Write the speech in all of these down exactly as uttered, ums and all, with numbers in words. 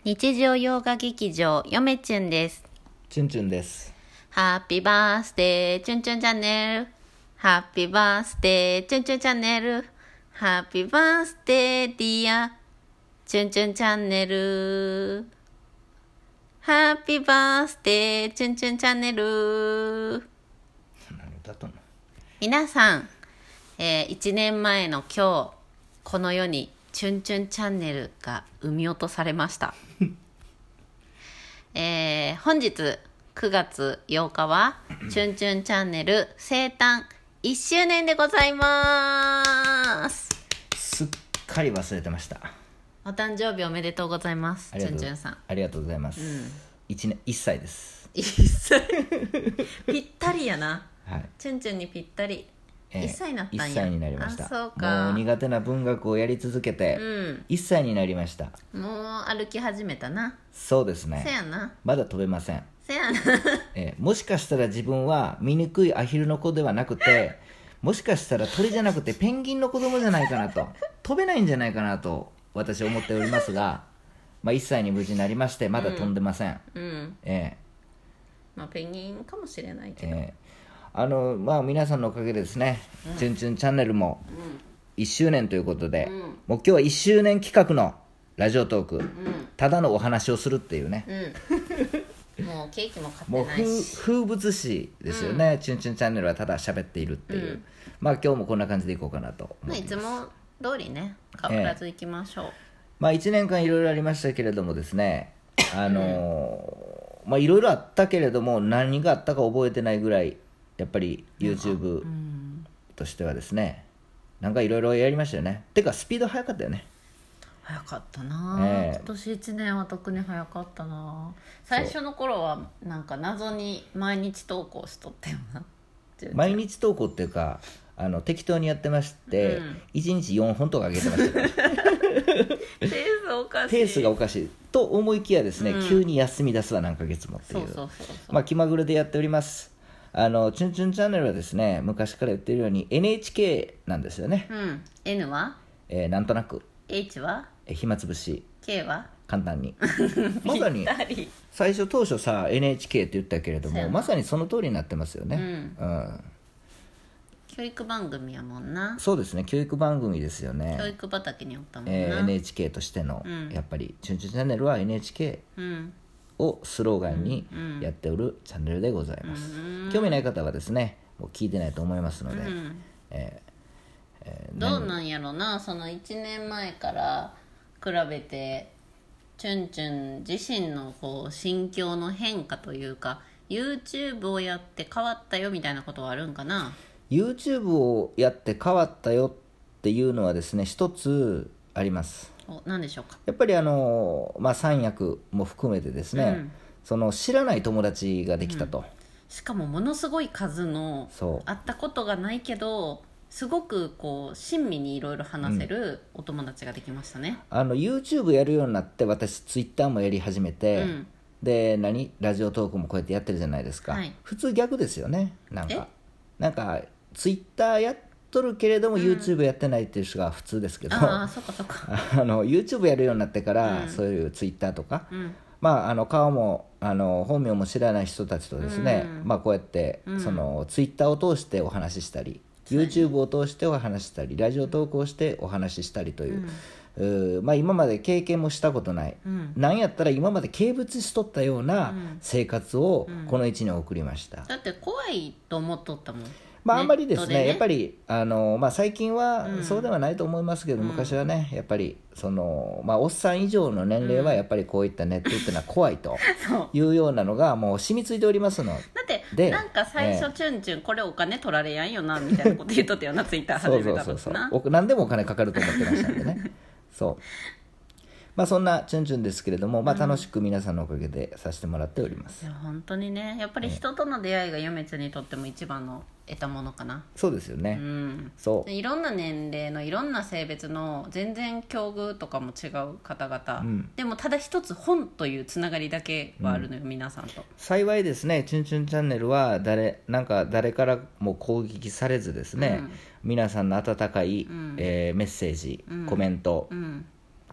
日常洋画劇場よめちゅんです。 チュンチュンです。 ハッピーバースデーチュンチュンチャンネル。ハッピーバースデーチュンチュンチャンネル。ハッピーバースデーディアチュンチュンチャンネル。ハッピーバースデーチュンチュンチャンネル。 何歌ったの？ 皆さん、えー、いちねんまえの今日、この世にチュンチュンチャンネルが生み落とされました、えー、本日くがつようかはチュンチュンチャンネル生誕いっしゅうねんでございます。 すっかり忘れてました。 お誕生日おめでとうございます。チュンチュンさんありがとうございます、うん、いちねんいっさいです。 いっさいぴったりやな、 はい、 チュンチュンにぴったり。 えー、 いっさいになったんや。 いっさいになりました。 あ、そうか。 もう苦手な文学をやり続けて、うん、いっさいになりました。 もう歩き始めたな。 そうですね。 せやな。 まだ飛べません。 せやな、 えー、もしかしたら自分は醜いアヒルの子ではなくて、もしかしたら鳥じゃなくてペンギンの子供じゃないかなと、飛べないんじゃないかなと私は思っておりますが、まあ、いっさいに無事になりましてまだ飛んでません、 うんうん、 えーまあ、ペンギンかもしれないけど、 えーあのまあ、皆さんのおかげでですね、うん、チュンチュンチャンネルもいっしゅうねんということで、うん、もう今日はいっしゅうねん企画のラジオトーク、うん、ただのお話をするっていうね、 うん、もうケーキも買ってないし、 もう風物詩ですよね、うん、チュンチュンチャンネルはただ喋っているっていう、うん、まあ今日もこんな感じでいこうかなと思います。 まあ、いつも通りね変わらずいきましょう、えーまあ、いちねんかんいろいろありましたけれどもですね、あのー、まあいろいろあったけれども何があったか覚えてないぐらいやっぱり YouTube としてはですね、なんかいろいろやりましたよね。てかスピード速かったよね。 早かったな、えー、今年いちねんは特に早かったな。最初の頃はなんか謎に毎日投稿しとったよな。 毎日投稿っていうかあの適当にやってまして、うん、いちにちよんほんとか上げてました、ね、 ペースおかしいペースがおかしいと思いきやですね、うん、急に休み出すわ何ヶ月もっていう、 そうそうそうそう、 まあ気まぐれでやっております。あのチュンチュンチャンネルはですね昔から言ってるように エヌエイチケー なんですよね、 うん、N は、 えー、なんとなく H は、 えー、暇つぶし K は簡単にまさに最初当初さ エヌエイチケー って言ったけれどもまさにその通りになってますよね、うんうん、 教育番組やもんな。 そうですね、教育番組ですよね。 教育畑におったもんな、 えー、エヌエイチケー としての、うん、やっぱりチュンチュンチャンネルは エヌエイチケー、うんをスローガンにやっておるチャンネルでございます、うん、興味ない方はですねもう聞いてないと思いますので、うんえーえー、どうなんやろな。そのいちねんまえから比べてチュンチュン自身のこう心境の変化というか YouTube をやって変わったよみたいなことはあるんかな。 YouTube をやって変わったよっていうのはですね一つあります。 何でしょうか。 やっぱりあの、まあ、三役も含めてですね、うん、その知らない友達ができたと、うん、 しかもものすごい数の会ったことがないけどすごくこう親身にいろいろ話せるお友達ができましたね、 うん、あの YouTube やるようになって私 Twitter もやり始めて、うん、で何ラジオトークもこうやってやってるじゃないですか、はい、普通逆ですよね。なんかなんか Twitter やって撮るけれども、うん、YouTube やってないっていう人が普通ですけど、 あそっかそっかあの YouTube やるようになってから、うん、そういう Twitter とか、うんまあ、あの顔もあの本名も知らない人たちとですね、うんまあ、こうやって、うん、その Twitter を通してお話ししたり、うん、YouTube を通してお話ししたりラジオ投稿してお話ししたりという、うんうまあ、今まで経験もしたことない、うん、なんやったら今まで軽蔑しとったような生活をこのいちねん送りました、 だって怖いと思っとったもん。 まあ、あんまりですね、ねやっぱりあの、まあ、最近はそうではないと思いますけど、うん、昔はねやっぱりその、まあ、おっさん以上の年齢はやっぱりこういったネットっていうのは怖いというようなのがもう染みついておりますので。だってなんか最初チュンチュンこれお金取られやんよなみたいなこと言っとったよなツイッター始めた時な。そうそうそうそう、 何でもお金かかると思ってましたんでねそうまあ、そんなチュンチュンですけれども、まあ、楽しく皆さんのおかげでさせてもらっております、 うん、いや本当にねやっぱり人との出会いが嫁ちゃんにとっても一番の得たものかな。 そうですよね、 うん、 そういろんな年齢のいろんな性別の全然境遇とかも違う方々、うん、でもただ一つ本というつながりだけはあるのよ、うん、皆さんと。 幸いですねチュンチュンチャンネルは誰なんか誰からも攻撃されずですね、うん、皆さんの温かい、うんえー、メッセージ、うん、コメント、うん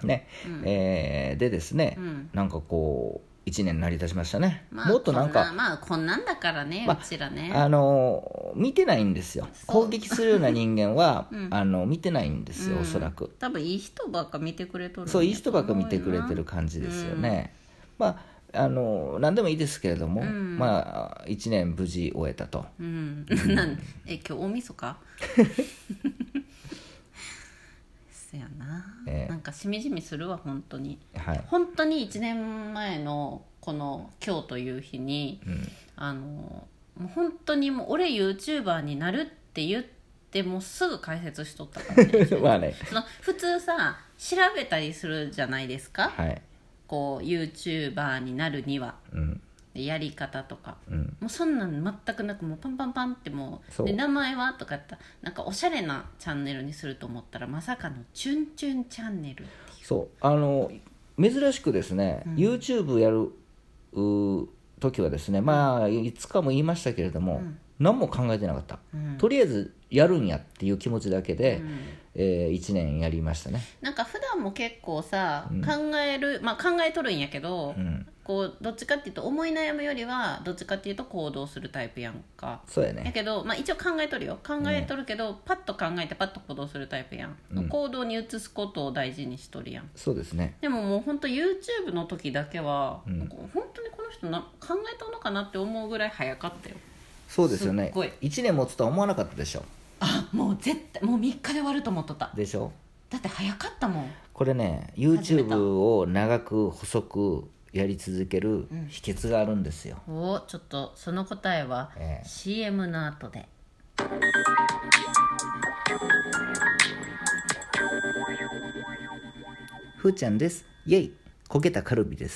ね、 うんえーでですね、 うん、 なんかこういちねん成り立ちましたね、 まあ、 もっとなんかこんなまあこんなんだからね、 まあ、 うちらねあの見てないんですよ。攻撃するような人間は、うん、あの見てないんですよ、うん、おそらく多分いい人ばっか見てくれとるんやとそういい人ばっか見てくれてる感じですよね、うん、まああの何でもいいですけれども、うん、まあいちねん無事終えたと、 うんうん、なんえ今日大晦日そやな、えー、なんかしみじみするわ本当に、はい、本当にいちねんまえのこの今日という日に、うん、あのもう本当にもう俺 YouTuber になるって言ってもうすぐ解説しとったからねまあねその普通さ調べたりするじゃないですか、はい、こう YouTuber になるには、うん、やり方とか、うん、もうそんなん全くなくもうパンパンパンってもうで名前はとかってなんかおしゃれなチャンネルにすると思ったらまさかのチュンチュンチャンネルっていうそうあの珍しくですね、うん、YouTube やる時はですね、まあいつかも言いましたけれども、うん、何も考えてなかった、うん、とりあえずやるんやっていう気持ちだけで、うんえー、いちねんやりましたね。 なんか普段も結構さ、うん、考えるまあ考えとるんやけど、うん、こうどっちかっていうと思い悩むよりはどっちかっていうと行動するタイプやんか。 そうやね。 やけど、まあ、一応考えとるよ考えとるけど、うん、パッと考えてパッと行動するタイプやん、うん、行動に移すことを大事にしとるやん。 そうですね。 でももう本当 YouTube の時だけは、うん、本当にこの人な考えとんのかなって思うぐらい早かったよ。 そうですよね。いちねん持つとは思わなかったでしょ。 あもう絶対もうみっかで終わると思っとったでしょ。 だって早かったもん。 これね YouTube を長く細くやり続ける秘訣があるんですよ、 うん、おちょっとその答えは シーエム の後で、ええ、 ふーちゃんです。イェイ焦げたカルビです。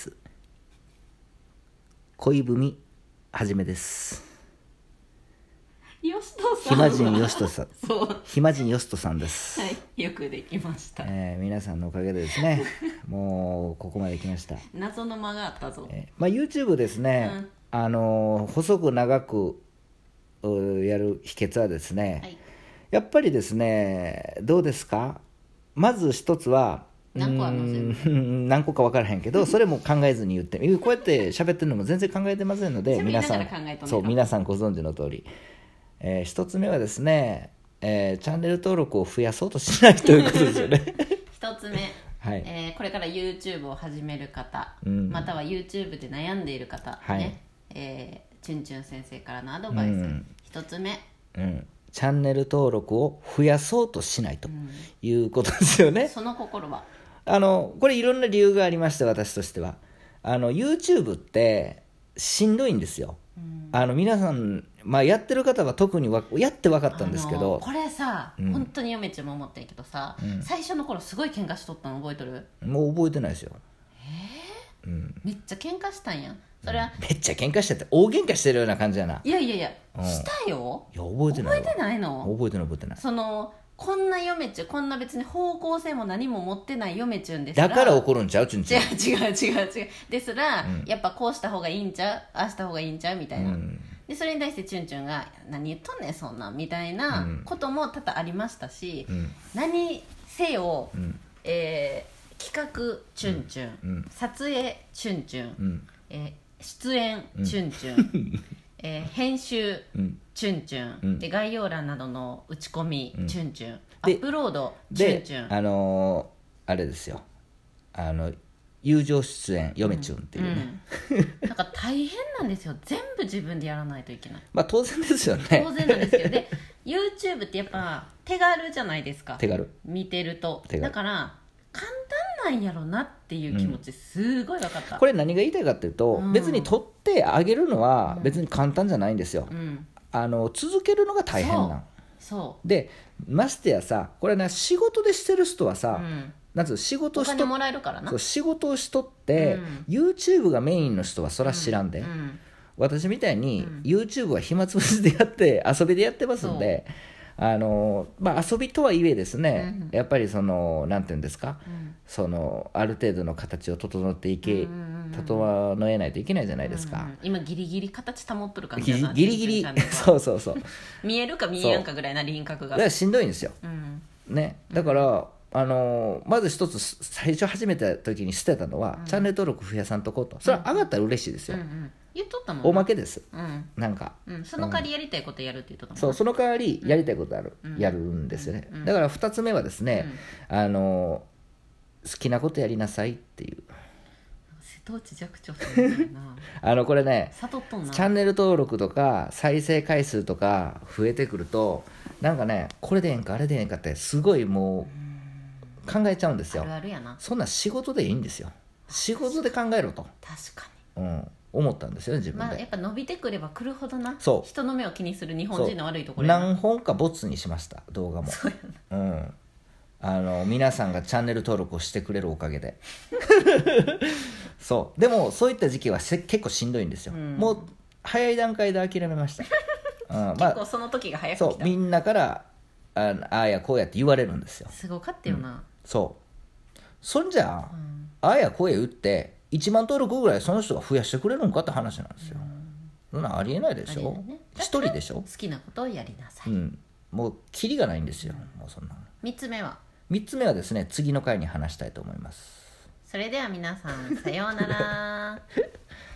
恋文はじめです。 よしとさん暇人よしとさんそう暇人よしとさんです。 はいよくできました、 えー、皆さんのおかげでですねもうここまで来ました。 謎の間があったぞ、 えーまあ、YouTube ですね、うん、あのー、細く長くやる秘訣はですね、はい、やっぱりですねどうですか。まず一つは何個あるの何個か分からへんけどそれも考えずに言ってこうやって喋ってるのも全然考えてませんので皆さんそう皆さんご存知の通り、えー、一つ目はですね、えー、チャンネル登録を増やそうとしないということですよね一つ目、はいえー、これから YouTube を始める方、うん、または YouTube で悩んでいる方、はいねえー、チュンチュン先生からのアドバイス、うん、一つ目、 うんチャンネル登録を増やそうとしないということですよね、うん、 その心はあのこれいろんな理由がありまして私としてはあの YouTube ってしんどいんですよ、うん、あの皆さん、まあ、やってる方は特にわやって分かったんですけどこれさ、うん、本当に嫁ちゃんも思ってるけどさ、うん、最初の頃すごい喧嘩しとったの覚えとる？ もう覚えてないですよ。 えーうん、めっちゃ喧嘩したんやそれは、 うん、めっちゃ喧嘩してて大喧嘩してるような感じやな。 いやいやいや、うん、したよ。 いや覚えてない覚えてないの？ 覚えてない覚えてない。 そのこんな嫁ちゅんこんな別に方向性も何も持ってない嫁ちゅんですらだから怒るんちゃうちゅんちゅん。 違う違う違う違うですら、うん、やっぱこうした方がいいんちゃうああした方がいいんちゃうみたいな、うん、でそれに対してチュンチュンが何言っとんねんそんなんみたいなことも多々ありましたし、うん、何せよ、うんえー、企画チュンチュン、うん、撮影チュンチュン、うんえー、出演チュンチュン、えー、編集、うんチュンチュン、うん、で概要欄などの打ち込み、うん、チュンチュンアップロードチュンチュンあのー、あれですよあの友情出演嫁チュンっていうね、 うんうん、なんか大変なんですよ全部自分でやらないといけないまあ当然ですよね当然なんですけどで YouTube ってやっぱ手軽じゃないですか手軽見てるとだから簡単なんやろなっていう気持ちすごい分かった、うん、 これ何が言いたいかっていうと、うん、別に撮ってあげるのは別に簡単じゃないんですよ、うんあの続けるのが大変なんそうでましてやさこれね仕事でしてる人はさ、うん、なんつう仕事しとお金もらえるからなそう仕事をしとって、うん、YouTube がメインの人はそら知らんで、うんうん、私みたいに、うん、YouTube は暇つぶしでやって遊びでやってますんであの、まあ、遊びとはいえですね、うん、やっぱりそのなんていうんですか、うん、そのある程度の形を整っていけ、うんうんうん、整えないといけないじゃないですか、うんうん、 今ギリギリ形保っとる感じだなギリギリそうそうそう見えるか見えやんかぐらいな輪郭がだからしんどいんですよ、うんね、だから、 あのまず一つ最初始めた時に捨てたのは、うん、チャンネル登録増やさんとこうと。それは上がったら嬉しいですよ、 うんうん、言っとったもんな。 おまけです、 うん、 なんか、 うん、その代わりやりたいことやるって言っとったもんな。 そう、その代わりやりたいことある、うん、やるんですよね、うん、だからふたつめはですね、うん、あの好きなことやりなさいっていう。 瀬戸内寂聴さんみたいなあのこれね、 悟っとんな。 チャンネル登録とか再生回数とか増えてくると、なんかね、これでええんかあれでええんかってすごいもう考えちゃうんですよ。 あるあるやな。 そんな仕事でいいんですよ。仕事で考えろと、 確かに、うん、思ったんですよね、自分で。 まあ、やっぱ伸びてくればくるほどな。 そう、 人の目を気にする日本人の悪いところやな。 何本かボツにしました、動画も。 そうやな、 うん、あの皆さんがチャンネル登録をしてくれるおかげでそうでもそういった時期はせ結構しんどいんですよ、うん、もう早い段階で諦めました、 うん、まあ、結構その時が早く来た。 そう、みんなからあああやこうやって言われるんですよ。 すごかったよな、うん、 そうそんじゃあ、うん、ああやこうや言っていちまん登録ぐらいその人が増やしてくれるんかって話なんですよ、うん、そんなんありえないでしょ、ね、一人でしょ。 好きなことをやりなさい、 うん、もうキリがないんですよ、うん、もうそんな。 みっつめはみっつめはですね、次の回に話したいと思います。 それでは皆さんさようなら